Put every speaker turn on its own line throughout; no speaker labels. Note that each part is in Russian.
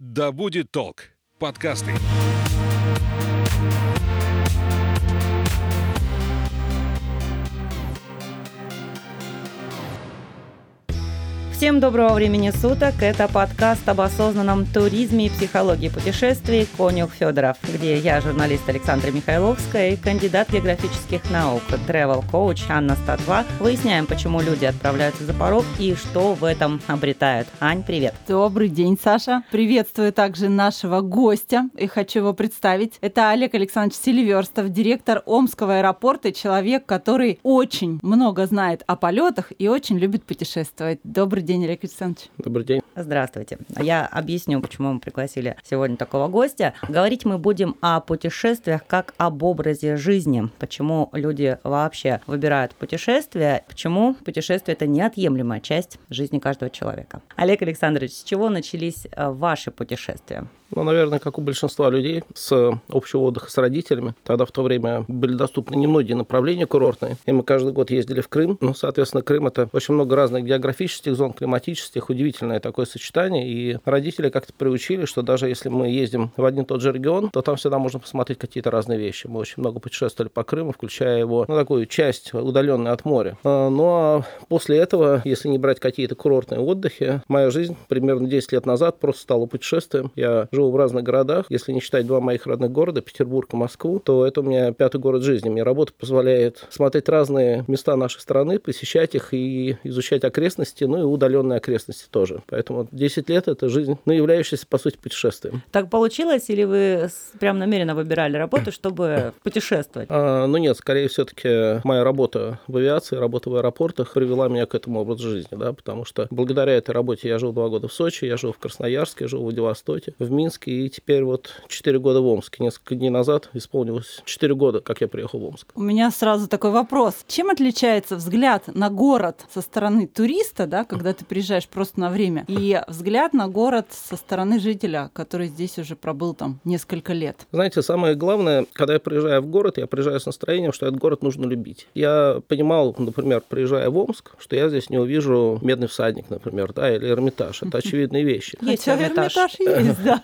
Да будет толк. Подкасты.
Всем доброго времени суток. Это подкаст об осознанном туризме и психологии путешествий «Конюх Федоров», где я, журналист Александра Михайловская, и кандидат географических наук, travel-коуч Анна Статва, выясняем, почему люди отправляются за порог и что в этом обретают. Ань, привет.
Добрый день, Саша. Приветствую также нашего гостя и хочу его представить. Это Олег Александрович Селиверстов, директор Омского аэропорта, человек, который очень много знает о полетах и очень любит путешествовать. Добрый день, Олег Александрович.
Добрый день.
Здравствуйте. Я объясню, почему мы пригласили сегодня такого гостя. Говорить мы будем о путешествиях как об образе жизни. Почему люди вообще выбирают путешествия, почему путешествие – это неотъемлемая часть жизни каждого человека. Олег Александрович, с чего начались ваши путешествия?
Наверное, как у большинства людей, с общего отдыха с родителями. Тогда в то время были доступны немногие направления курортные, и мы каждый год ездили в Крым. Соответственно, Крым – это очень много разных географических зон, климатических, удивительное такое сочетание. И родители как-то приучили, что даже если мы ездим в один и тот же регион, то там всегда можно посмотреть какие-то разные вещи. Мы очень много путешествовали по Крыму, включая его, такую часть, удаленную от моря. А после этого, если не брать какие-то курортные отдыхи, моя жизнь примерно 10 лет назад просто стала путешествием. Я живу в разных городах. Если не считать два моих родных города, Петербург и Москву, то это у меня 5-й город жизни. Мне работа позволяет смотреть разные места нашей страны, посещать их и изучать окрестности, и удаленные окрестности тоже. Поэтому 10 лет – это жизнь, являющаяся, по сути, путешествием.
Так получилось, или вы прям намеренно выбирали работу, чтобы путешествовать?
Нет, скорее все-таки моя работа в авиации, работа в аэропортах привела меня к этому образу жизни, потому что благодаря этой работе я жил 2 года в Сочи, я жил в Красноярске, я жил в Владивостоке, в Минске, и теперь 4 года в Омске. Несколько дней назад исполнилось 4 года, как я приехал в Омск.
У меня сразу такой вопрос. Чем отличается взгляд на город со стороны туриста, когда ты приезжаешь просто на время, и взгляд на город со стороны жителя, который здесь уже пробыл там несколько лет?
Знаете, самое главное, когда я приезжаю в город, я приезжаю с настроением, что этот город нужно любить. Я понимал, например, приезжая в Омск, что я здесь не увижу Медный всадник, например, или Эрмитаж. Это очевидные вещи.
Есть Эрмитаж есть, да.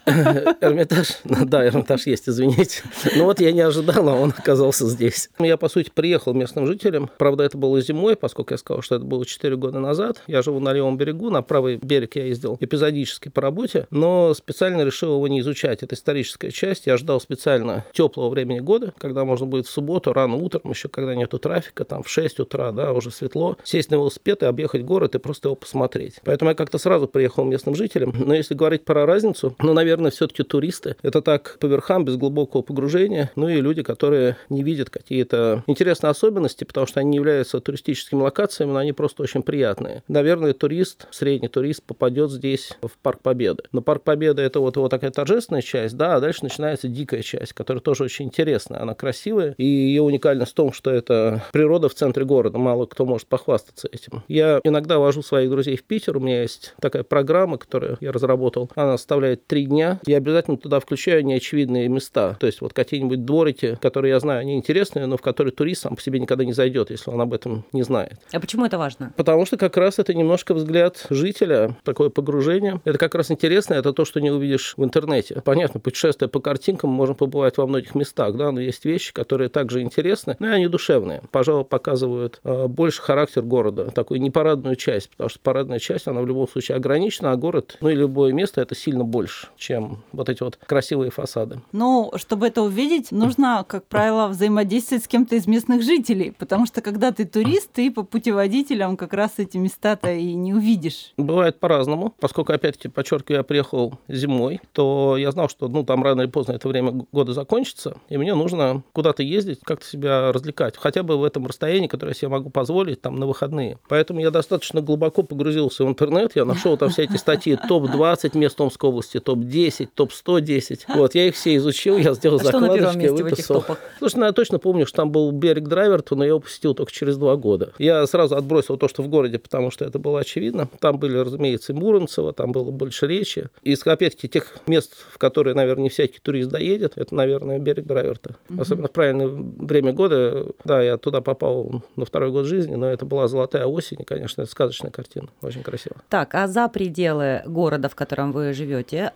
Эрмитаж есть, извините. Я не ожидал, а он оказался здесь. Я, по сути, приехал местным жителям. Правда, это было зимой, поскольку я сказал, что это было 4 года назад. Я живу на левом берегу, на правый берег я ездил эпизодически по работе, но специально решил его не изучать. Это историческая часть. Я ждал специально теплого времени года, когда можно будет в субботу, рано утром, еще когда нету трафика, там в 6 утра, уже светло, сесть на велосипед и объехать город и просто его посмотреть. Поэтому я как-то сразу приехал местным жителям. Но если говорить про разницу, наверное, все-таки туристы – это так по верхам, без глубокого погружения, и люди, которые не видят какие-то интересные особенности, потому что они не являются туристическими локациями, но они просто очень приятные. Наверное, средний турист попадет здесь в Парк Победы. Но Парк Победы – это его такая торжественная часть, а дальше начинается дикая часть, которая тоже очень интересная. Она красивая, и ее уникальность в том, что это природа в центре города. Мало кто может похвастаться этим. Я иногда вожу своих друзей в Питер. У меня есть такая программа, которую я разработал. Она составляет 3 дня. Я обязательно туда включаю неочевидные места. То есть какие-нибудь дворики, которые я знаю, они интересные, но в которые турист сам по себе никогда не зайдет, если он об этом не знает.
А почему это важно?
Потому что как раз это немножко взгляд жителя, такое погружение. Это как раз интересно, это то, что не увидишь в интернете. Понятно, путешествуя по картинкам, можно побывать во многих местах, но есть вещи, которые также интересны, и они душевные. Пожалуй, показывают больше характер города, такую непарадную часть, потому что парадная часть, она в любом случае ограничена, а город, и любое место, это сильно больше, чем эти красивые фасады.
Чтобы это увидеть, нужно, как правило, взаимодействовать с кем-то из местных жителей, потому что когда ты турист, ты по путеводителям как раз эти места-то и не увидишь.
Бывает по-разному. Поскольку, опять-таки, подчеркиваю, я приехал зимой, то я знал, что там рано или поздно это время года закончится, и мне нужно куда-то ездить, как-то себя развлекать, хотя бы в этом расстоянии, которое я себе могу позволить на выходные. Поэтому я достаточно глубоко погрузился в интернет, я нашел там все эти статьи топ-20 мест Омской области, топ-10, топ-110. Я их все изучил, я сделал закладочки, выписал. Слушай, я точно помню, что там был берег Драйверту, но я его посетил только через 2 года. Я сразу отбросил то, что в городе, потому что это было очевидно. Там были, разумеется, и Муромцево, там было больше речи. Из, опять-таки, тех мест, в которые, наверное, не всякий турист доедет, это, наверное, берег Драйверта. Особенно в правильное время года. Да, я туда попал на 2-й год жизни, но это была золотая осень, и, конечно, это сказочная картина. Очень красиво.
Так, а за пределы города, в котором вы живете, как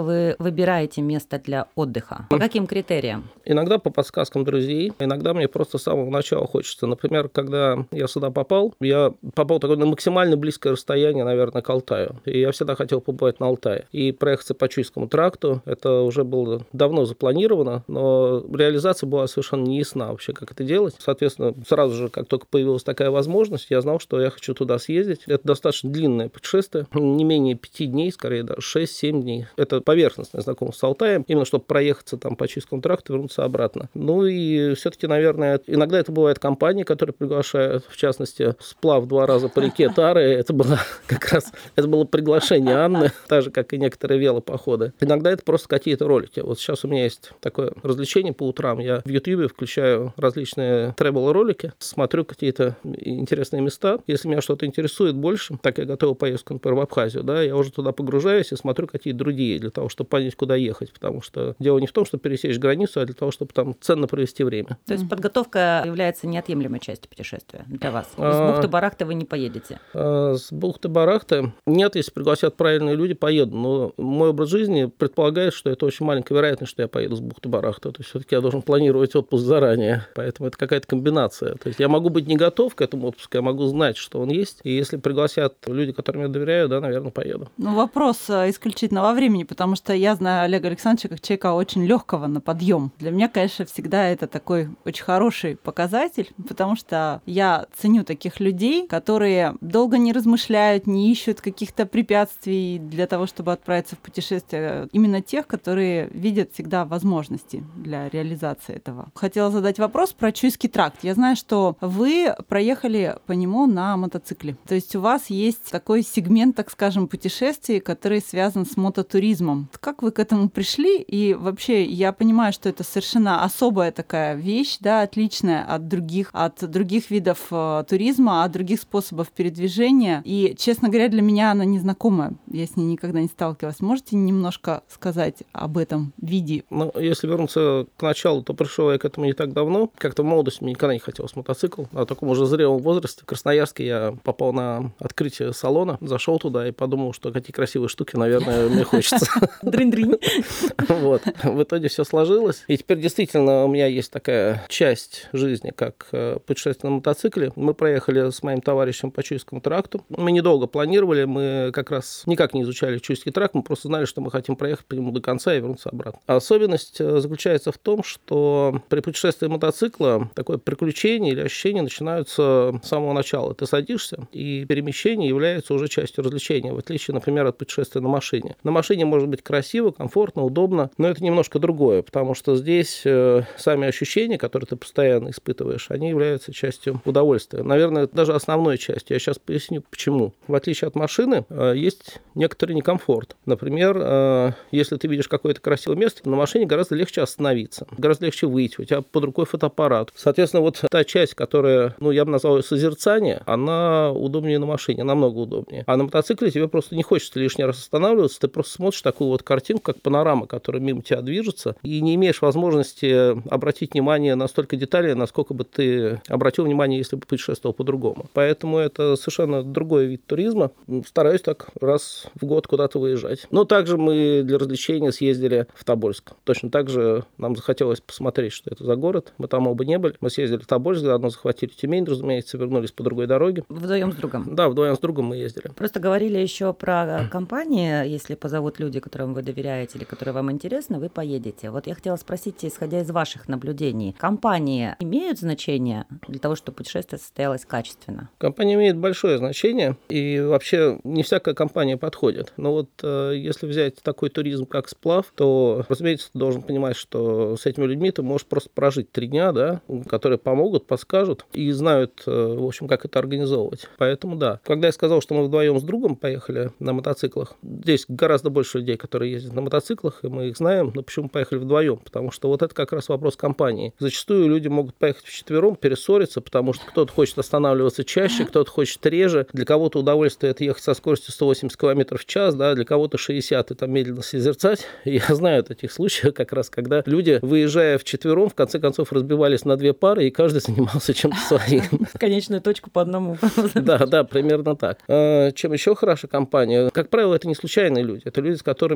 вы выбираете место для отдыха? По каким критериям?
Иногда по подсказкам друзей, иногда мне просто с самого начала хочется. Например, когда я сюда попал, я попал такое на максимально близкое расстояние, наверное, к Алтаю. И я всегда хотел побывать на Алтае. И проехаться по Чуйскому тракту, это уже было давно запланировано, но реализация была совершенно не ясна вообще, как это делать. Соответственно, сразу же, как только появилась такая возможность, я знал, что я хочу туда съездить. Это достаточно длинное путешествие, не менее 5 дней, скорее даже 6-7 дней. Это поверхностное знакомство с Алтаем, именно чтобы проехаться там по Чуйскому тракту, вернуться обратно. Ну и все-таки, наверное, иногда это бывают компании, которые приглашают, в частности, сплав 2 раза по реке Тары. Это было как раз, это было приглашение Анны, так же, как и некоторые велопоходы. Иногда это просто какие-то ролики. Вот сейчас у меня есть такое развлечение по утрам. Я в Ютубе включаю различные тревел-ролики, смотрю какие-то интересные места. Если меня что-то интересует больше, так я готовил поездку, например, в Абхазию, да, я уже туда погружаюсь и смотрю какие-то другие, для того, чтобы понять, куда ехать. Потому что дело не в том, чтобы пересечь границу, а для того, чтобы там ценно провести время.
То есть подготовка является неотъемлемой частью путешествия для вас? С бухты-барахты вы не поедете?
С бухты-барахты нет, если пригласят правильные люди, поеду. Но мой образ жизни предполагает, что это очень маленькая вероятность, что я поеду с бухты-барахты. То есть все-таки я должен планировать отпуск заранее. Поэтому это какая-то комбинация. То есть я могу быть не готов к этому отпуску, я могу знать, что он есть. И если пригласят люди, которым я доверяю, да, наверное, поеду.
Ну, вопрос исключительно во времени, потому что я знаю Олега Александровича как человека очень легкого на подъем. Для меня, конечно, всегда это такой очень хороший показатель, потому что я ценю таких людей, которые долго не размышляют, не ищут каких-то препятствий для того, чтобы отправиться в путешествие. Именно тех, которые видят всегда возможности для реализации этого. Хотела задать вопрос про Чуйский тракт. Я знаю, что вы проехали по нему на мотоцикле. То есть у вас есть такой сегмент, так скажем, путешествий, который связан с мототуризмом. Как вы к этому пришли? И вообще, я понимаю, что это совершенно особая такая вещь, да, отличная от других видов туризма, от других способов передвижения. И, честно говоря, для меня она незнакомая. Я с ней никогда не сталкивалась. Можете немножко сказать об этом виде?
Ну, если вернуться к началу, то пришел я к этому не так давно. Как-то в молодости мне никогда не хотелось мотоцикл. А в таком уже зрелом возрасте в Красноярске я попал на открытие салона, зашел туда и подумал, что какие красивые штуки, наверное, мне хочется.
Дрынь-дрынь.
Вот. В итоге все сложилось. И теперь действительно у меня есть такая часть жизни, как путешествие на мотоцикле. Мы проехали с моим товарищем по Чуйскому тракту. Мы недолго планировали, мы как раз никак не изучали Чуйский тракт, мы просто знали, что мы хотим проехать по нему до конца и вернуться обратно. А особенность заключается в том, что при путешествии мотоцикла такое приключение или ощущение начинаются с самого начала. Ты садишься, и перемещение является уже частью развлечения, в отличие, например, от путешествия на машине. На машине может быть красиво, комфортно, удобно, но это немножко другое, потому что здесь сами ощущения, которые ты постоянно испытываешь, они являются частью удовольствия. Наверное, даже основной частью. Я сейчас поясню, почему. В отличие от машины, есть некоторый некомфорт. Например, если ты видишь какое-то красивое место, на машине гораздо легче остановиться, гораздо легче выйти, у тебя под рукой фотоаппарат. Соответственно, вот та часть, которая, я бы назвал ее созерцание, она удобнее на машине, намного удобнее. А на мотоцикле тебе просто не хочется лишний раз останавливаться, ты просто смотришь такую вот картинку, как панорама, которая мимо тебя движется, и не имеешь возможности обратить внимание на столько деталей, насколько бы ты обратил внимание, если бы путешествовал по-другому. Поэтому это совершенно другой вид туризма. Стараюсь так раз в год куда-то выезжать. Но также мы для развлечения съездили в Тобольск. Точно так же нам захотелось посмотреть, что это за город. Мы там оба не были. Мы съездили в Тобольск, заодно захватили Тюмень, разумеется, вернулись по другой дороге.
Вдвоем с другом?
Да, вдвоем с другом мы ездили.
Просто говорили еще про компании. Если позовут люди, которым вы доверяете или которые вам интересны, вы поедете. Вот я хотела спросить, исходя из ваших наблюдений, компании имеют значение для того, чтобы путешествие состоялось качественно?
Компания имеет большое значение, и вообще не всякая компания подходит. Но вот если взять такой туризм, как сплав, то, разумеется, ты должен понимать, что с этими людьми ты можешь просто прожить 3 дня, да, которые помогут, подскажут и знают, в общем, как это организовывать. Поэтому да. Когда я сказал, что мы вдвоем с другом поехали на мотоциклах, здесь гораздо больше людей, которые ездят на мотоциклах, и мы их знаем, но почему поехали вдвоем? Потому что вот это как раз вопрос компании. Зачастую люди могут поехать вчетвером, перессориться, потому что кто-то хочет останавливаться чаще, кто-то хочет реже. Для кого-то удовольствие это ехать со скоростью 180 км в час, да, для кого-то 60 и там медленно созерцать. И я знаю таких случаев как раз, когда люди, выезжая вчетвером, в конце концов разбивались на 2 пары, и каждый занимался чем-то своим.
В конечную точку по одному.
Да, примерно так. Чем еще хороша компания? Как правило, это не случайные люди. Это люди, с которыми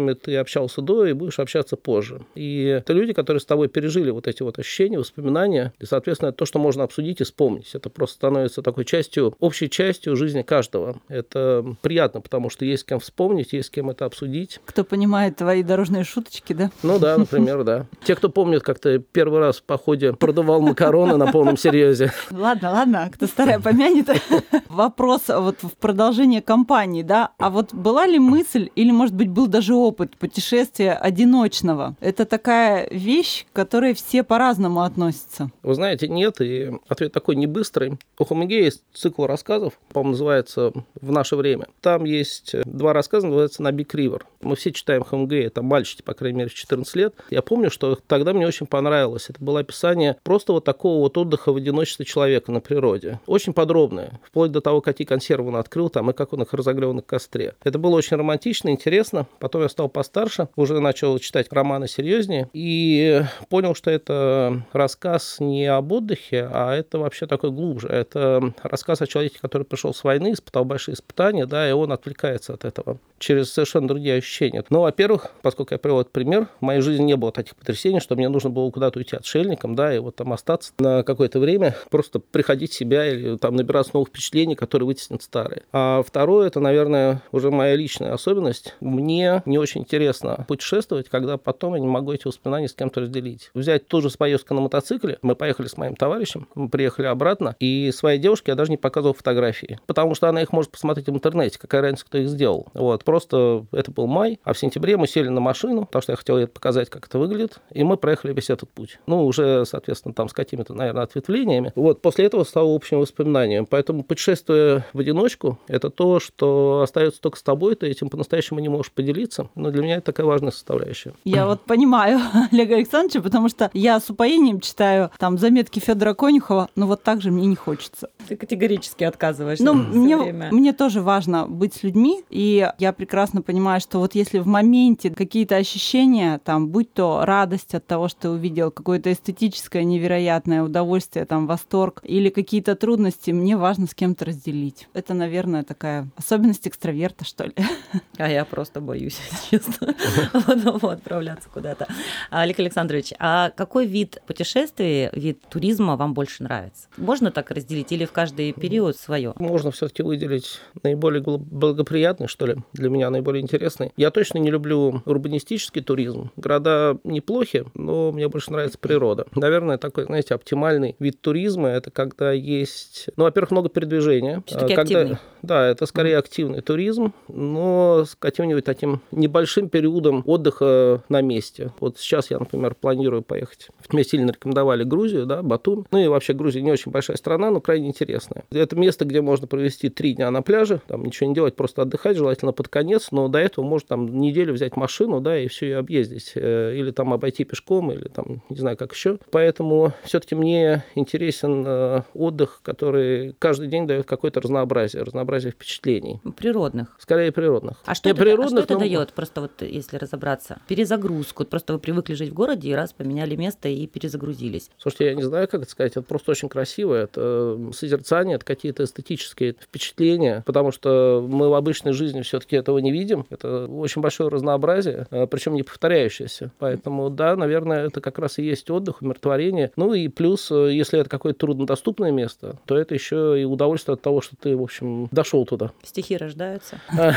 которыми ты общался до и будешь общаться позже. И это люди, которые с тобой пережили вот эти вот ощущения, воспоминания, и, соответственно, это то, что можно обсудить и вспомнить. Это просто становится такой частью, общей частью жизни каждого. Это приятно, потому что есть с кем вспомнить, есть с кем это обсудить.
Кто понимает твои дорожные шуточки, да?
Ну да, например, да. Те, кто помнит, как ты первый раз в походе продувал макароны на полном серьезе.
Ладно, кто старая помянет. Вопрос вот в продолжение кампании, да? А вот была ли мысль, или, может быть, был даже опыт путешествия одиночного? Это такая вещь, к которой все по-разному относятся.
Вы знаете, нет, и ответ такой не быстрый. У Хемингуэя есть цикл рассказов, по-моему, называется «В наше время». Там есть 2 рассказа, называется «На Биг Ривер». Мы все читаем Хемингуэя, там мальчики, по крайней мере, в 14 лет. Я помню, что тогда мне очень понравилось. Это было описание просто вот такого вот отдыха в одиночестве человека на природе. Очень подробное, вплоть до того, какие консервы он открыл там и как он их разогрел на костре. Это было очень романтично, интересно. Потом я стал постарше, уже начал читать романы серьезнее и понял, что это рассказ не об отдыхе, а это вообще такой глубже. Это рассказ о человеке, который пришел с войны, испытал большие испытания, да, и он отвлекается от этого через совершенно другие ощущения. Ну, во-первых, поскольку я привел этот пример, в моей жизни не было таких потрясений, что мне нужно было куда-то уйти отшельником, да, и вот там остаться на какое-то время, просто приходить в себя или там набираться новых впечатлений, которые вытеснят старые. А второе, это, наверное, уже моя личная особенность. Мне не очень интересно путешествовать, когда потом я не могу эти воспоминания с кем-то разделить. Взять ту же поездку на мотоцикле, мы поехали с моим товарищем, мы приехали обратно, и своей девушке я даже не показывал фотографии, потому что она их может посмотреть в интернете, какая разница, кто их сделал. Вот, просто это был май, а в сентябре мы сели на машину, потому что я хотел ей показать, как это выглядит, и мы проехали весь этот путь. Ну, уже, соответственно, там с какими-то, наверное, ответвлениями. Вот, после этого стало общим воспоминанием. Поэтому путешествие в одиночку – это то, что остается только с тобой, ты этим по-настоящему не можешь поделиться. Но для меня это такая важная составляющая.
Я вот понимаю Олега Александровича, потому что я с упоением читаю там заметки Федора Конюхова, но вот так же мне не хочется.
Ты категорически отказываешься.
Ну, мне тоже важно быть с людьми, и я прекрасно понимаю, что вот если в моменте какие-то ощущения, там, будь то радость от того, что увидел, какое-то эстетическое невероятное удовольствие, там, восторг, или какие-то трудности, мне важно с кем-то разделить. Это, наверное, такая особенность экстраверта, что ли.
А я просто боюсь, честно, отправляться куда-то. Олег Александрович, а какой вид путешествий, вид туризма вам больше нравится? Можно так разделить или в каждый период свое?
Можно все-таки выделить наиболее благоприятный, что ли, для меня наиболее интересный. Я точно не люблю урбанистический туризм. Города неплохи, но мне больше нравится природа. Наверное, такой, знаете, оптимальный вид туризма – это когда есть, ну, во-первых, много передвижения.
Все-таки активный.
Да, это скорее активный туризм, но с каким-нибудь таким небольшим периодом отдыха на месте. Вот сейчас я, например, планирую поехать. Мне сильно рекомендовали Грузию, да, Батуми. Ну и вообще Грузия не очень большая страна, но крайне интересная. Это место, где можно провести 3 дня на пляже, там ничего не делать, просто отдыхать, желательно под конец, но до этого можно там неделю взять машину, да, и все ее объездить. Или там обойти пешком, или там, не знаю, как еще. Поэтому все-таки мне интересен отдых, который каждый день дает какое-то разнообразие впечатлений.
Природных.
Скорее природных.
А что это дает, просто вот если разобраться? Перезагрузку. Просто вы привыкли жить в городе и раз поменяли место и перезагрузились.
Слушайте, я не знаю, как это сказать, это просто очень красиво, это созерцание, это какие-то эстетические впечатления, потому что мы в обычной жизни все-таки этого не видим, это очень большое разнообразие, причем не повторяющееся, поэтому, да, наверное, это как раз и есть отдых, умиротворение, ну и плюс, если это какое-то труднодоступное место, то это еще и удовольствие от того, что ты, в общем, дошел туда.
Стихи рождаются?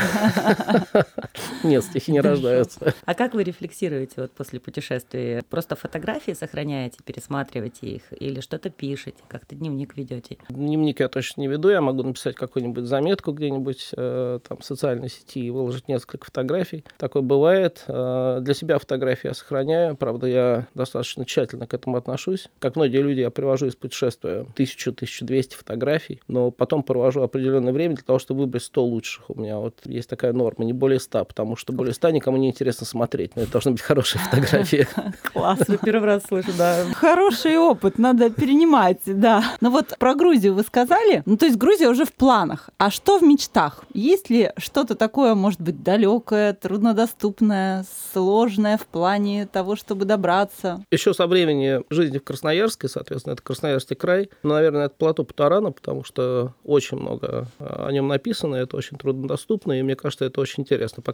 Нет, стихи не рождаются.
А как вы рефлексируете вот после путешествия? Просто фотографии сохраняете, пересматриваете их или что-то пишете, как-то дневник ведете?
Дневник я точно не веду, я могу написать какую-нибудь заметку где-нибудь там, в социальной сети и выложить несколько фотографий. Такое бывает. Для себя фотографии я сохраняю, правда, я достаточно тщательно к этому отношусь. Как многие люди, я привожу из путешествия 1000-1200 фотографий, но потом провожу определенное время для того, чтобы выбрать 100 лучших. У меня вот есть такая норма, не более 100, потому что более 100 никому не интересно смотреть, но это должны быть хорошие фотографии.
Класс.
Первый раз слышу, да.
Хороший опыт, надо перенимать, да. Ну вот про Грузию вы сказали, ну то есть Грузия уже в планах. А что в мечтах? Есть ли что-то такое, может быть, далекое, труднодоступное, сложное в плане того, чтобы добраться?
Еще со времени жизни в Красноярске, соответственно, это Красноярский край, но, наверное, это плато Путарана, потому что очень много о нем написано, это очень труднодоступно, и мне кажется, это очень интересно. По крайней мере,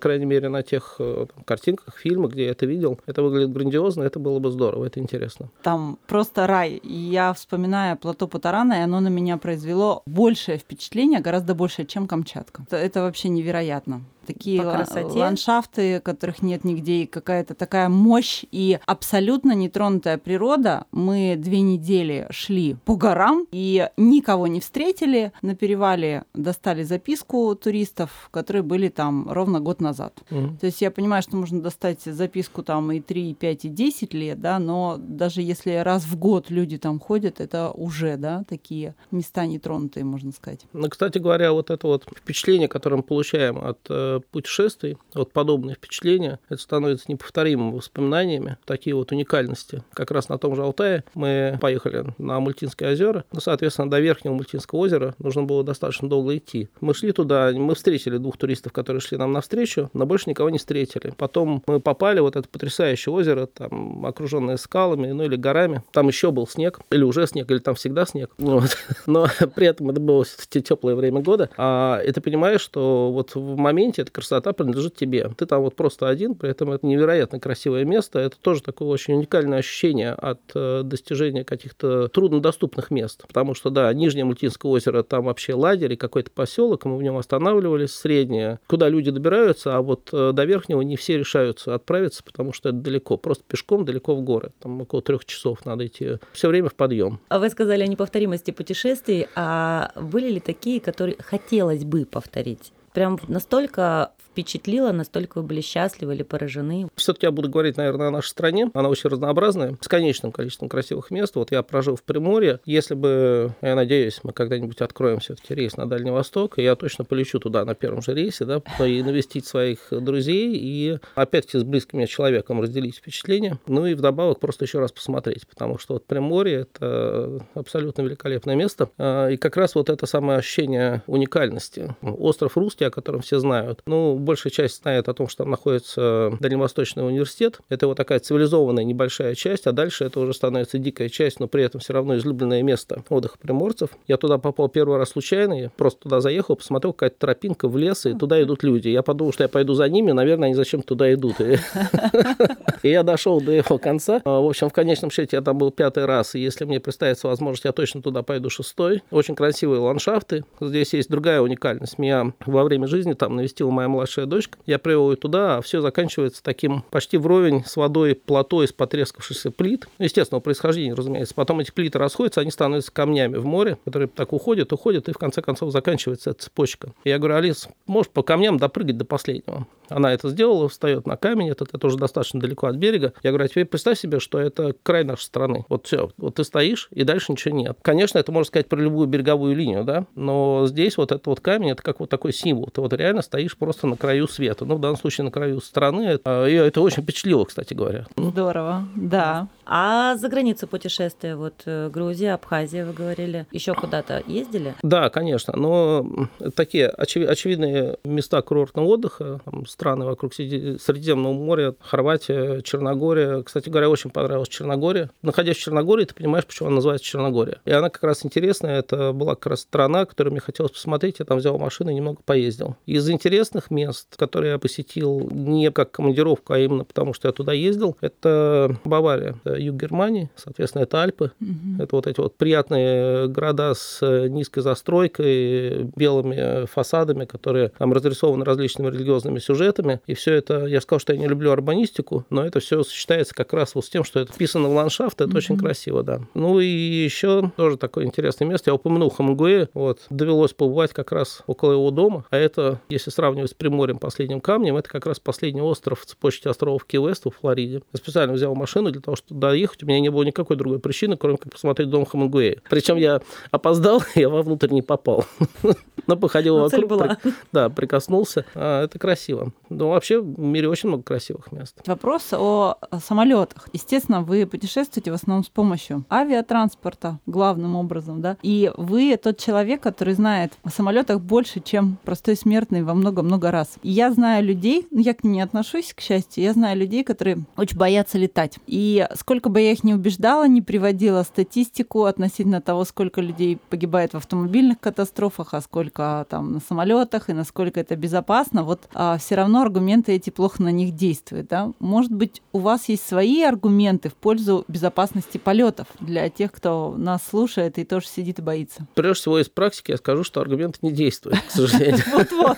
на тех картинках, фильмах, где я это видел, это выглядит грандиозно, это было бы здорово, это интересно.
Там просто рай. И я вспоминаю плато Путарана, и оно на меня произвело большее впечатление, гораздо большее, чем Камчатка. Это вообще невероятно. Такие ландшафты, которых нет нигде, и какая-то такая мощь и абсолютно нетронутая природа. Мы 2 недели шли по горам и никого не встретили. На перевале достали записку туристов, которые были там ровно год назад. То есть я понимаю, что можно достать записку там и 3, и 5, и 10 лет, да, но даже если раз в год люди там ходят, это уже, да, такие места нетронутые, можно сказать.
Ну, кстати говоря, вот это вот впечатление, которое мы получаем от путешествий, вот подобные впечатления, это становится неповторимыми воспоминаниями, такие вот уникальности. Как раз на том же Алтае мы поехали на Мультинские озера, ну, соответственно, до Верхнего Мультинского озера нужно было достаточно долго идти. Мы шли туда, мы встретили 2 туристов, которые шли нам навстречу, но больше никого не встретили. Потом мы попали в вот это потрясающее озеро, там, окруженное скалами, ну, или горами. Там еще был снег, или уже снег, или там всегда снег. Вот. Но при этом это было в теплое время года. И ты понимаешь, что вот в моменте эта красота принадлежит тебе. Ты там вот просто один, при этом это невероятно красивое место. Это тоже такое очень уникальное ощущение от достижения каких-то труднодоступных мест. Потому что, да, Нижнее Мультинское озеро, там вообще лагерь и какой-то поселок, мы в нем останавливались, среднее, куда люди добираются, а вот до Верхнего не все решаются отправиться, потому что это далеко, просто пешком далеко в горы. Там около 3 часов надо идти. Все время в подъем.
А вы сказали о неповторимости путешествий, а были ли такие, которые хотелось бы повторить? Прям настолько впечатлило, настолько вы были счастливы или поражены?
Все-таки я буду говорить, наверное, о нашей стране. Она очень разнообразная, с конечным количеством красивых мест. Вот я прожил в Приморье. Если бы, я надеюсь, мы когда-нибудь откроем все-таки рейс на Дальний Восток, и я точно полечу туда на первом же рейсе, да, и навестить своих друзей, и опять-таки с близким мне человеком разделить впечатления, ну и вдобавок просто еще раз посмотреть, потому что вот Приморье – это абсолютно великолепное место. И как раз вот это самое ощущение уникальности. Остров Русский, о котором все знают, ну, большая часть знает о том, что там находится Дальневосточный университет. Это вот такая цивилизованная небольшая часть, а дальше это уже становится дикая часть, но при этом все равно излюбленное место отдыха приморцев. Я туда попал первый раз случайно, я просто туда заехал, посмотрел, какая-то тропинка в лес, и туда идут люди. Я подумал, что я пойду за ними, наверное, они зачем туда идут. И я дошел до его конца. В общем, в конечном счете я там был 5-й раз, и если мне представится возможность, я точно туда пойду 6-й. Очень красивые ландшафты. Здесь есть другая уникальность. Меня во время жизни там навестила моя младшая дочка. Я привел ее туда, а все заканчивается таким почти вровень с водой плато из потрескавшихся плит. Естественного происхождения, разумеется. Потом эти плиты расходятся, они становятся камнями в море, которые так уходят, и в конце концов заканчивается эта цепочка. И я говорю: Алис, можешь по камням допрыгать до последнего? Она это сделала, встает на камень, это уже достаточно далеко от берега. Я говорю: а теперь представь себе, что это край нашей страны. Вот все, вот ты стоишь, и дальше ничего нет. Конечно, это можно сказать про любую береговую линию, да, но здесь вот этот вот камень, это как вот такой символ. Ты вот реально стоишь просто на краю света. Ну, в данном случае на краю страны. И это очень впечатлило, кстати говоря.
Здорово, да.
А за границу путешествия, вот Грузия, Абхазия, вы говорили, еще куда-то ездили?
Да, конечно, но такие очевидные места курортного отдыха, там, страны вокруг Средиземного моря, Хорватия, Черногория. Кстати говоря, очень понравилась Черногория. Находясь в Черногории, ты понимаешь, почему она называется Черногория. И она как раз интересная. Это была как раз страна, которую мне хотелось посмотреть. Я там взял машину и немного поездил. Из интересных мест, которые я посетил не как командировку, а именно потому, что я туда ездил, это Бавария, юг Германии, соответственно, это Альпы. Это вот эти вот приятные города с низкой застройкой, белыми фасадами, которые там разрисованы различными религиозными сюжетами. И все это, я сказал, что я не люблю урбанистику, но это все сочетается как раз вот с тем, что это вписано в ландшафт, это очень красиво, да. Ну и еще тоже такое интересное место, я упомянул Хамангуэ, вот, довелось побывать как раз около его дома, а это, если сравнивать с Приморьем, Последним камнем, это как раз последний остров в цепочке островов Ки-Уэст в Флориде. Я специально взял машину для того, чтобы туда ехать, у меня не было никакой другой причины, кроме как посмотреть дом Хамангуэ. Причем я опоздал, я вовнутрь не попал. Но походил вокруг, да, прикоснулся. Это красиво. Но вообще в мире очень много красивых мест.
Вопрос о самолетах. Естественно, вы путешествуете в основном с помощью авиатранспорта, главным образом, да? И вы тот человек, который знает о самолетах больше, чем простой смертный во много-много раз. сейчас. И я знаю людей, я к ним не отношусь, к счастью, я знаю людей, которые очень боятся летать. И сколько бы я их ни убеждала, не приводила статистику относительно того, сколько людей погибает в автомобильных катастрофах, а сколько там на самолетах и насколько это безопасно, вот все равно аргументы эти плохо на них действуют. Да? Может быть, у вас есть свои аргументы в пользу безопасности полетов для тех, кто нас слушает и тоже сидит и боится?
Прежде всего, из практики я скажу, что аргументы не действуют, к сожалению.
Вот-вот.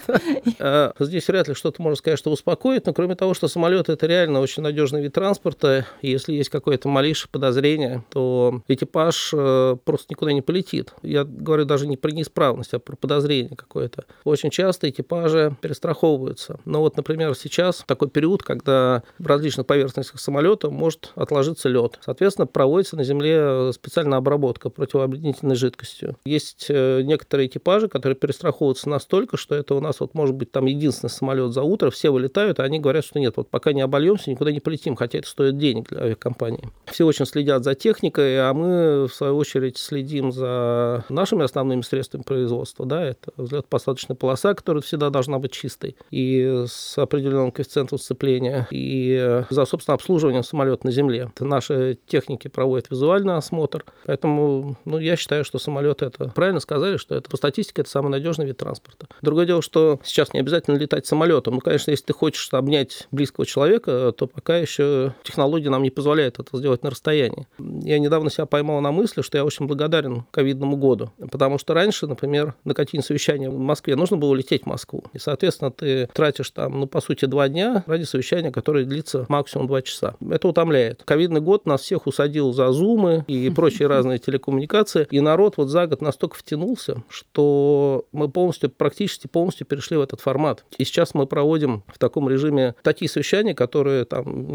Здесь вряд ли что-то можно сказать, что успокоит, но кроме того, что самолет это реально очень надежный вид транспорта, и если есть какое-то малейшее подозрение, то экипаж просто никуда не полетит. Я говорю даже не про неисправность, а про подозрение какое-то. Очень часто экипажи перестраховываются. Но вот, например, сейчас такой период, когда в различных поверхностях самолета может отложиться лед. Соответственно, проводится на земле специальная обработка противообледенительной жидкостью. Есть некоторые экипажи, которые перестраховываются настолько, что это у нас вот может быть там единственный самолет за утро, все вылетают, а они говорят, что нет, вот пока не обольемся, никуда не полетим, хотя это стоит денег для авиакомпании. Все очень следят за техникой, а мы, в свою очередь, следим за нашими основными средствами производства. Да, это взлетно-посадочная полоса, которая всегда должна быть чистой и с определенным коэффициентом сцепления, и за, собственно, обслуживанием самолета на земле. Это наши техники проводят визуальный осмотр, поэтому я считаю, что самолет это, правильно сказали, что это по статистике это самый надежный вид транспорта. Другое дело, что сейчас не обязательно летать самолетом. Конечно, если ты хочешь обнять близкого человека, то пока еще технология нам не позволяет это сделать на расстоянии. Я недавно себя поймал на мысли, что я очень благодарен ковидному году, потому что раньше, например, на какие-нибудь совещания в Москве нужно было лететь в Москву. И, соответственно, ты тратишь там, по сути, 2 дня ради совещания, которое длится максимум 2 часа. Это утомляет. Ковидный год нас всех усадил за зумы и прочие разные телекоммуникации, и народ вот за год настолько втянулся, что мы практически полностью перешли в этот формат. И сейчас мы проводим в таком режиме такие совещания, которые,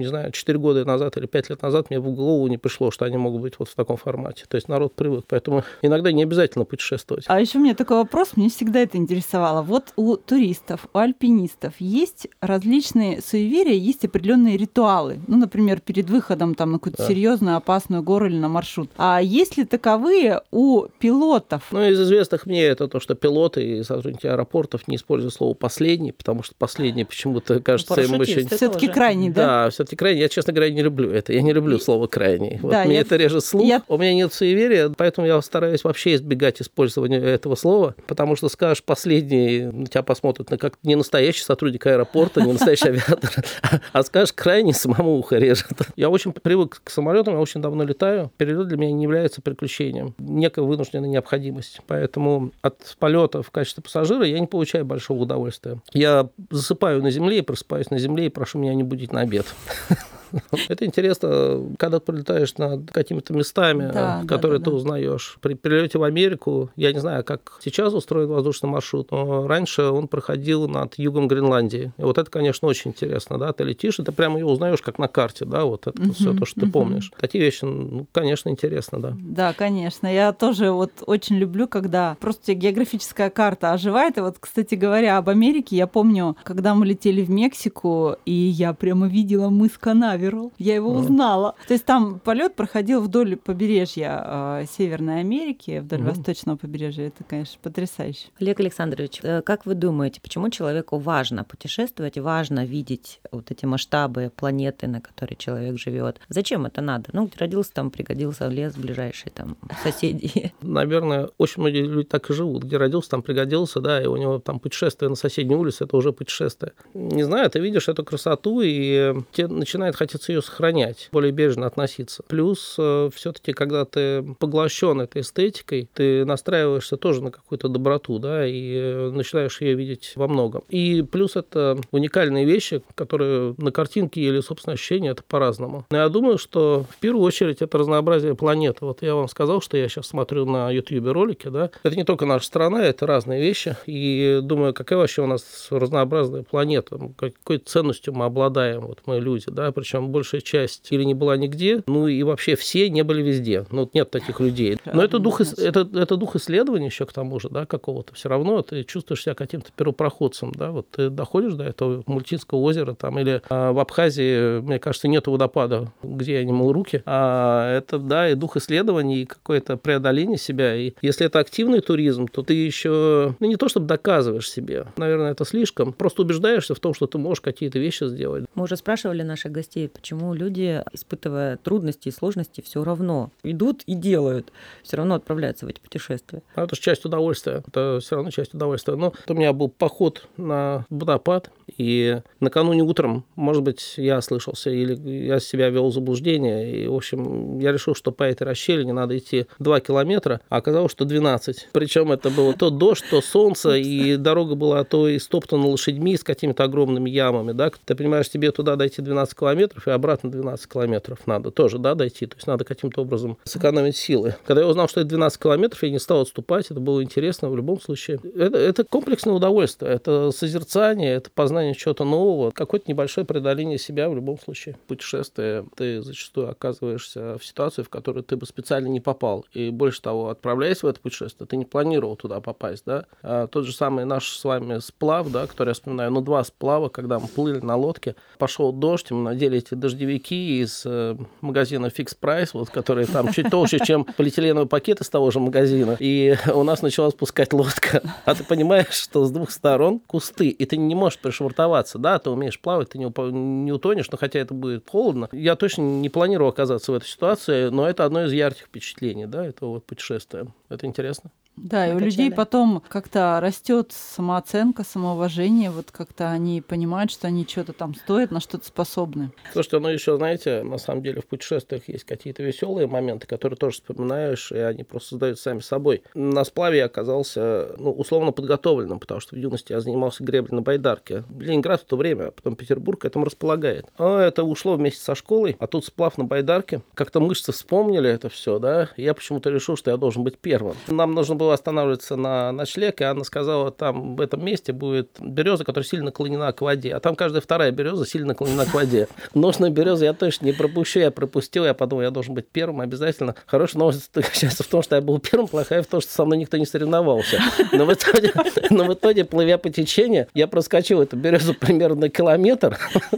4 года назад или 5 лет назад мне в голову не пришло, что они могут быть вот в таком формате. То есть народ привык, поэтому иногда не обязательно путешествовать.
А еще у меня такой вопрос, мне всегда это интересовало. Вот у туристов, у альпинистов есть различные суеверия, есть определенные ритуалы. Например, перед выходом на какую-то серьезную опасную гору или на маршрут. А есть ли таковые у пилотов?
Из известных мне это то, что пилоты и сотрудники аэропортов не используют слово «последний», потому что последний почему-то кажется им очень...
Все-таки крайний, да?
Да, все-таки крайний. Я, честно говоря, не люблю это. Я не люблю слово «крайний». Вот мне это режет слух. У меня нет суеверия, поэтому я стараюсь вообще избегать использования этого слова, потому что скажешь «последний», на тебя посмотрят как не настоящий сотрудник аэропорта, не настоящий авиатор, а скажешь «крайний», самому ухо режет. Я очень привык к самолетам, я очень давно летаю. Перелет для меня не является приключением, некая вынужденная необходимость. Поэтому от полета в качестве пассажира я не получаю большого удовольствия. Я засыпаю на земле, просыпаюсь на земле и прошу меня не будить на обед. Это интересно, когда ты прилетаешь над какими-то местами, которые ты узнаешь. При перелете в Америку, я не знаю, как сейчас устроен воздушный маршрут, но раньше он проходил над югом Гренландии. И вот это, конечно, очень интересно. Да? Ты летишь, и ты прямо ее узнаешь, как на карте. Да? Вот это все то, что ты помнишь. Такие вещи, конечно, интересно. Да.
Да, конечно. Я тоже очень люблю, когда просто географическая карта оживает. И кстати говоря, об Америке, я помню, когда мы летели в Мексику, и я прямо видела мыс Канаверал. Я его узнала. То есть там полет проходил вдоль побережья Северной Америки, вдоль восточного побережья. Это, конечно, потрясающе.
Олег Александрович, как вы думаете, почему человеку важно путешествовать, важно видеть вот эти масштабы планеты, на которой человек живет? Зачем это надо? Родился там, пригодился, лес ближайший, там, соседи.
Наверное, очень многие люди так и живут. Где родился, там пригодился, да, и у него там путешествие на соседней улице, это уже путешествие. Не знаю, ты видишь эту красоту, и тебе начинает хотеться ее сохранять, более бережно относиться. Плюс все-таки, когда ты поглощен этой эстетикой, ты настраиваешься тоже на какую-то доброту, да, и начинаешь ее видеть во многом. И плюс это уникальные вещи, которые на картинке или собственное ощущение это по-разному. Но я думаю, что в первую очередь это разнообразие планеты. Вот я вам сказал, что я сейчас смотрю на YouTube ролики, да. Это не только наша страна, это разные вещи. И думаю, какая вообще у нас разнообразная планета, какой ценностью мы обладаем, вот мы люди, да, причем причем большая часть или не была нигде, и вообще все не были везде. Нет таких людей. Но это дух исследования еще к тому же, да, какого-то. Все равно ты чувствуешь себя каким-то первопроходцем, да, вот ты доходишь до этого Мультинского озера там, или в Абхазии, мне кажется, нету водопада, где я не мыл руки. Это, да, и дух исследований, и какое-то преодоление себя. И если это активный туризм, то ты еще, не то чтобы доказываешь себе, наверное, это слишком, просто убеждаешься в том, что ты можешь какие-то вещи сделать.
Мы уже спрашивали наших гостей, почему люди, испытывая трудности и сложности, все равно идут и делают, все равно отправляются в эти путешествия.
Это же часть удовольствия, это все равно часть удовольствия. Но у меня был поход на водопад, и накануне утром, может быть, я ослышался, или я себя вел в заблуждение, и, в общем, я решил, что по этой расщелине надо идти 2 километра, а оказалось, что 12. Причем это было то дождь, то солнце, и дорога была то и стоптана лошадьми с какими-то огромными ямами, да. Ты понимаешь, тебе туда дойти 12 километров, и обратно 12 километров надо тоже, да, дойти, то есть надо каким-то образом сэкономить силы. Когда я узнал, что это 12 километров, я не стал отступать, это было интересно в любом случае. Это комплексное удовольствие, это созерцание, это познание чего-то нового, какое-то небольшое преодоление себя в любом случае. Путешествие, ты зачастую оказываешься в ситуации, в которую ты бы специально не попал. И больше того, отправляясь в это путешествие, ты не планировал туда попасть, да. Тот же самый наш с вами сплав, да, который я вспоминаю, 2 сплава, когда мы плыли на лодке, пошел дождь, мы надели эти дождевики из магазина Fix Price, вот, которые там чуть толще, чем полиэтиленовый пакет из того же магазина, и у нас начала спускать лодка. А ты понимаешь, что с 2 сторон кусты, и ты не можешь пришвартоваться, да, ты умеешь плавать, ты не утонешь, но хотя это будет холодно. Я точно не планирую оказаться в этой ситуации, но это одно из ярких впечатлений, да, этого вот путешествия. Это интересно.
Да, и у людей потом как-то растет самооценка, самоуважение, вот как-то они понимают, что они что-то там стоят, на что-то способны.
Слушайте, еще, знаете, на самом деле в путешествиях есть какие-то веселые моменты, которые тоже вспоминаешь, и они просто создают сами собой. На сплаве я оказался, условно подготовленным, потому что в юности я занимался греблей на байдарке. Ленинград в то время, а потом Петербург к этому располагает. Это ушло вместе со школой, а тут сплав на байдарке. Как-то мышцы вспомнили это все, да, и я почему-то решил, что я должен быть первым. Нам нужно было останавливаться на ночлег, и Анна сказала, там в этом месте будет береза, которая сильно наклонена к воде, а там каждая вторая береза сильно наклонена к воде. Нужную березу я точно не пропущу, я пропустил, я подумал, я должен быть первым обязательно. Хорошая новость в том, что я был первым, плохая в том, что со мной никто не соревновался. Но в итоге, плывя по течению, я проскочил эту березу примерно на километр,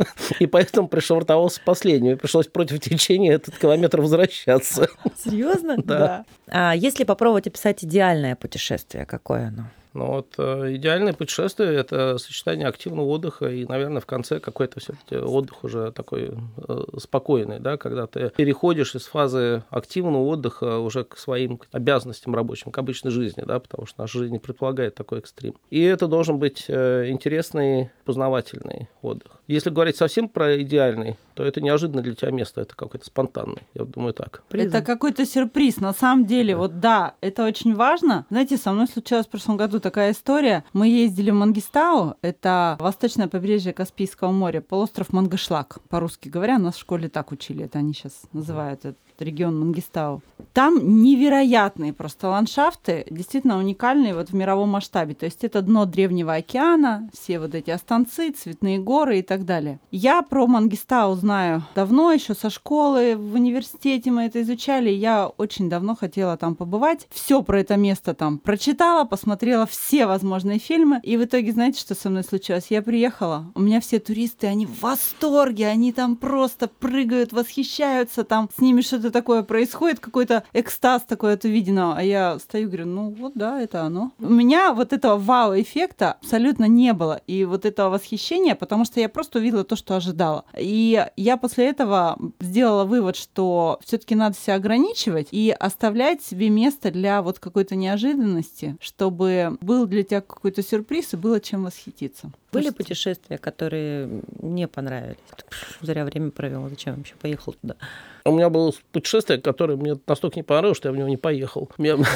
и поэтому пришвартовался последним, и пришлось против течения этот километр возвращаться.
Серьезно?
Да.
А если попробовать описать идеальное путешествие, какое оно?
Идеальное путешествие – это сочетание активного отдыха и, наверное, в конце какой-то все-таки отдых уже такой спокойный, да, когда ты переходишь из фазы активного отдыха уже к своим обязанностям рабочим, к обычной жизни, да, потому что наша жизнь не предполагает такой экстрим. И это должен быть интересный, познавательный отдых. Если говорить совсем про идеальный, то это неожиданно для тебя место, это какой-то спонтанный, я думаю так.
Это какой-то сюрприз, на самом деле, это очень важно. Знаете, со мной случилось в прошлом году такая история. Мы ездили в Мангистау, это восточное побережье Каспийского моря, полуостров Мангышлак, по-русски говоря, нас в школе так учили, это они сейчас называют этот регион Мангистау. Там невероятные просто ландшафты, действительно уникальные в мировом масштабе. То есть это дно Древнего океана, все эти останцы, цветные горы и так далее. Я про Мангистау знаю давно, еще со школы, в университете мы это изучали. Я очень давно хотела там побывать. Все про это место там прочитала, посмотрела все возможные фильмы. И в итоге, знаете, что со мной случилось? Я приехала, у меня все туристы, они в восторге, они там просто прыгают, восхищаются, там с ними что-то такое происходит, какой-то экстаз такой от увиденного. А я стою и говорю, это оно. У меня этого вау-эффекта абсолютно не было. И этого восхищения, потому что я просто увидела то, что ожидала. И я после этого сделала вывод, что все-таки надо себя ограничивать и оставлять себе место для какой-то неожиданности, чтобы был для тебя какой-то сюрприз и было чем восхититься.
Были путешествия, которые не понравились? Зря время провел, зачем вообще поехал туда?
У меня было путешествие, которое мне настолько не понравилось, что я в него не поехал.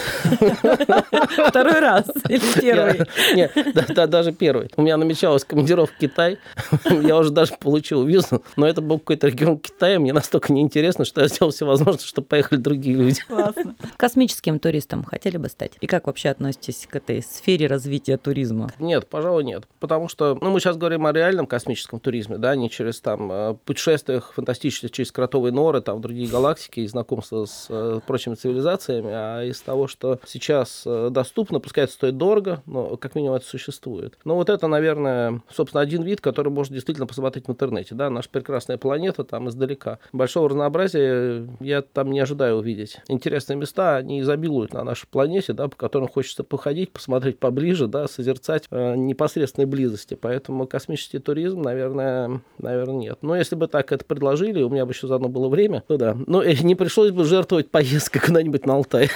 Второй раз или первый?
Нет, даже первый. У меня намечалась командировка в Китай. Я уже даже получил визу, но это был какой-то регион Китая, мне настолько неинтересно, что я сделал все возможное, чтобы поехали другие люди.
Классно.
Космическим туристом хотели бы стать? И как вообще относитесь к этой сфере развития туризма?
Нет, пожалуй, нет. Потому что мы сейчас говорим о реальном космическом туризме, да, не через путешествиях фантастических через кротовые норы, там, в другие галактики и знакомство с прочими цивилизациями, а из того, что сейчас доступно, пускай это стоит дорого, но как минимум это существует. Но вот это, наверное, собственно, один вид, который можно действительно посмотреть в интернете, да, наша прекрасная планета там издалека. Большого разнообразия я там не ожидаю увидеть. Интересные места, они изобилуют на нашей планете, да, по которым хочется походить, посмотреть поближе, да, созерцать непосредственной близости. Поэтому космический туризм, наверное, нет. Но если бы так это предложили, у меня бы еще заодно было время, то да. Но не пришлось бы жертвовать поездкой куда-нибудь на Алтай.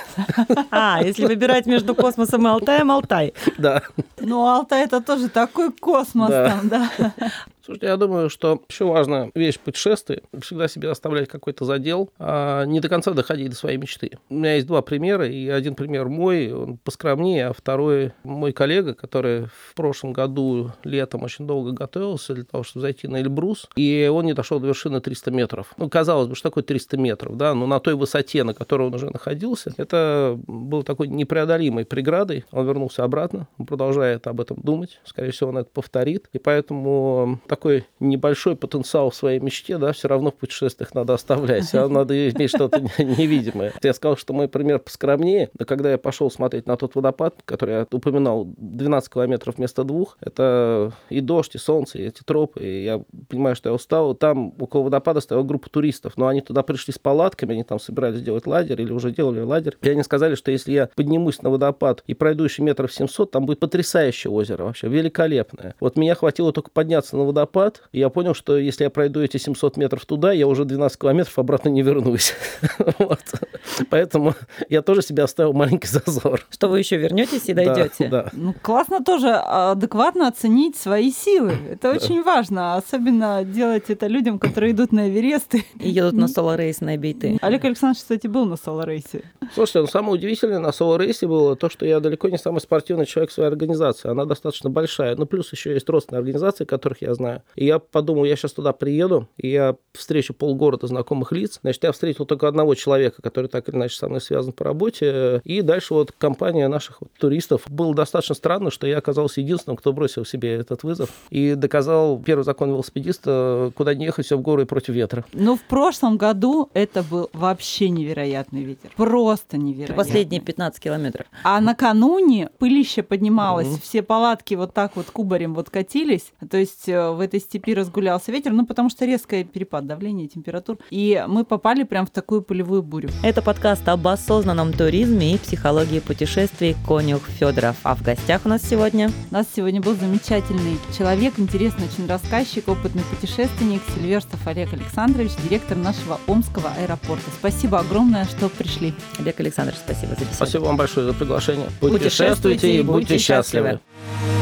Если выбирать между космосом и Алтаем, Алтай.
Да.
Ну, Алтай — это тоже такой космос там, да.
Слушайте, я думаю, что еще важная вещь путешествий — всегда себе оставлять какой-то задел, а не до конца доходить до своей мечты. У меня есть два примера, и один пример мой, он поскромнее, а второй мой коллега, который в прошлом году летом очень долго готовился для того, чтобы зайти на Эльбрус, и он не дошел до вершины 300 метров. Ну, казалось бы, что такое 300 метров, да, но на той высоте, на которой он уже находился, это было такой непреодолимой преградой. Он вернулся обратно, он продолжает об этом думать, скорее всего, он это повторит, и поэтому такой небольшой потенциал в своей мечте, да, все равно в путешествиях надо оставлять, все равно надо иметь что-то невидимое. Я сказал, что мой пример поскромнее, но когда я пошел смотреть на тот водопад, который я упоминал, 12 километров вместо 2, это и дождь, и солнце, и эти тропы, и я понимаю, что я устал. Там около водопада стояла группа туристов, но они туда пришли с палатками, они там собирались делать лагерь или уже делали лагерь, и они сказали, что если я поднимусь на водопад и пройду еще метров 700, там будет потрясающее озеро вообще, великолепное. Вот меня хватило только подняться на водопад, и я понял, что если я пройду эти 700 метров туда, я уже 12 километров обратно не вернусь. Вот. Поэтому я тоже себе оставил маленький зазор.
Что вы еще вернетесь и дойдете?
Да.
Ну, классно тоже адекватно оценить свои силы. Это очень важно, особенно делать это людям, которые идут на Эверест.
И едут на соло-рейс на Эбейты.
Олег Александрович, кстати, был на соло-рейсе.
Слушайте, самое удивительное на соло-рейсе было то, что я далеко не самый спортивный человек в своей организации. Она достаточно большая. Ну, плюс еще есть родственные организации, которых я знаю. И я подумал, я сейчас туда приеду, и я встречу полгорода знакомых лиц. Значит, я встретил только одного человека, который так или иначе со мной связан по работе. И дальше вот компания наших туристов. Было достаточно странно, что я оказался единственным, кто бросил себе этот вызов и доказал первый закон велосипедиста: куда не ехать, все в горы и против ветра.
Но в прошлом году это был вообще невероятный ветер. Просто невероятный.
Последние 15 километров.
А накануне пылище поднималось, все палатки вот так вот кубарем вот катились. То есть в этой степи разгулялся ветер, ну потому что резкий перепад давления и температур. И мы попали прям в такую пылевую бурю.
Это подкаст об осознанном туризме и психологии путешествий Конюх Федоров. А в гостях у нас сегодня...
У нас сегодня был замечательный человек, интересный очень рассказчик, опытный путешественник Сильверстов Олег Александрович, директор нашего Омского аэропорта. Спасибо огромное, что пришли.
Олег Александрович, спасибо за беседу.
Спасибо вам большое за приглашение. Путешествуйте и будьте счастливы.